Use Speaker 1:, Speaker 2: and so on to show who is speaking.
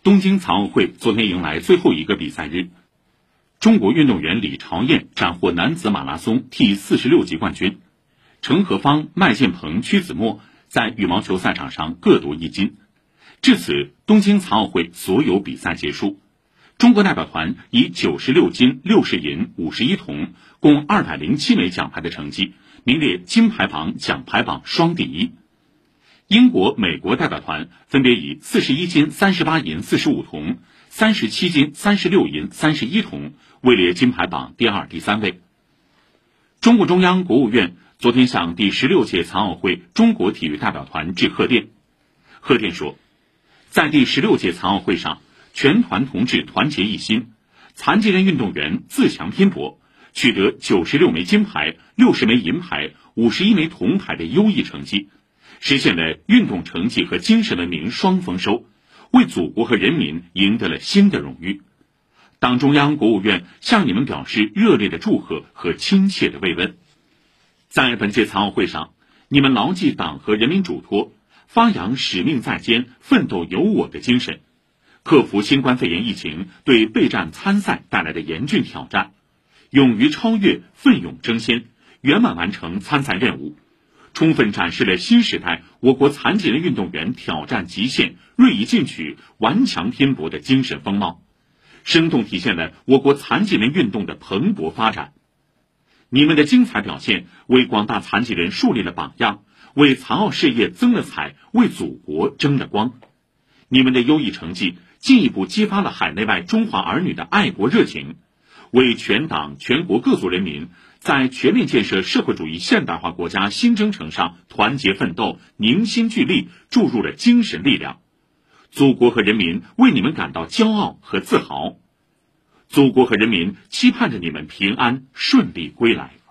Speaker 1: 东京残奥会昨天迎来最后一个比赛日，中国运动员李朝燕斩获男子马拉松 T46级冠军，陈和芳、麦建鹏、屈子墨在羽毛球赛场上各夺1金。至此，东京残奥会所有比赛结束，中国代表团以96金、60银、51铜，共207枚奖牌的成绩，名列金牌榜、奖牌榜双第一。英国、美国代表团分别以41金、38银、45铜、37金、36银、31铜位列金牌榜第2、第3位。中共中央、国务院昨天向第16届残奥会中国体育代表团致贺电。贺电说，在第16届残奥会上，全团同志团结一心，残疾人运动员自强拼搏，取得96枚金牌、60枚银牌、51枚铜牌的优异成绩，实现了运动成绩和精神文明双丰收，为祖国和人民赢得了新的荣誉。党中央、国务院向你们表示热烈的祝贺和亲切的慰问。在本届残奥会上，你们牢记党和人民嘱托，发扬使命在肩、奋斗有我的精神，克服新冠肺炎疫情对备战参赛带来的严峻挑战，勇于超越、奋勇争先，圆满完成参赛任务，充分展示了新时代我国残疾人运动员挑战极限、锐意进取、顽强拼搏的精神风貌，生动体现了我国残疾人运动的蓬勃发展。你们的精彩表现为广大残疾人树立了榜样，为残奥事业增了彩，为祖国争了光。你们的优异成绩进一步激发了海内外中华儿女的爱国热情，为全党全国各族人民在全面建设社会主义现代化国家新征程上团结奋斗、凝心聚力注入了精神力量。祖国和人民为你们感到骄傲和自豪，祖国和人民期盼着你们平安顺利归来。